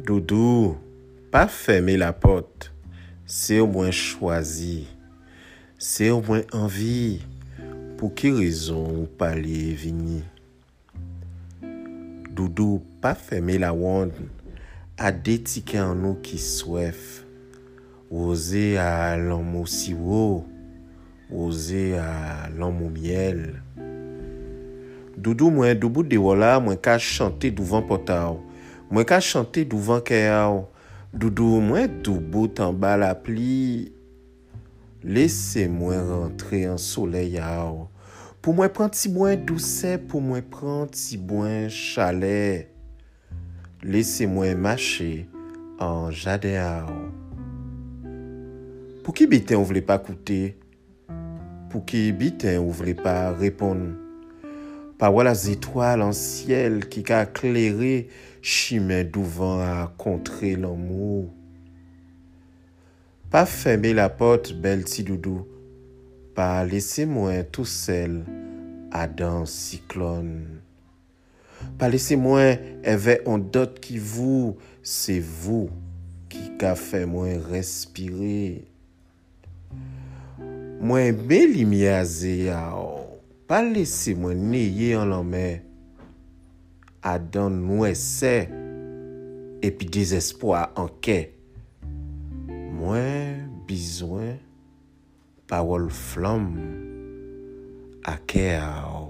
Doudou, pas fermer la porte, c'est au moins choisi, c'est au moins envie, pour qui raison ou parler vini. Doudou, pas fermer la wande, à des tickets en nous qui soif, oser à l'homme au sirop, oser à l'homme au miel. Doudou, moi, debout de voilà, moi, qu'à chanter devant portao, moi, qu'à chanter devant kéao. Doudou, moi, debout en bas la pli. Laissez-moi rentrer en soleil ao. Pour moi, prendre si moins doucet, pour moi, prendre si moins chalet. Laissez-moi marcher en jardin ao. Pour qui bitin, vous voulez pas écouter? Pour qui bitin, vous voulez pas répondre? Par voilà les étoiles en ciel qui a éclairé chemin devant à contrer l'amour. Pas fermer la porte, belle ti doudou. Pas laisser moi tout seul à dans cyclone. Pas laisser moi avec un dot qui vous, c'est vous qui a fait moi respirer. Moi belle miazé pas laisser moi nier en l'homme à dans nous essai et puis désespoir en quai. Moi besoin parole flamme à quai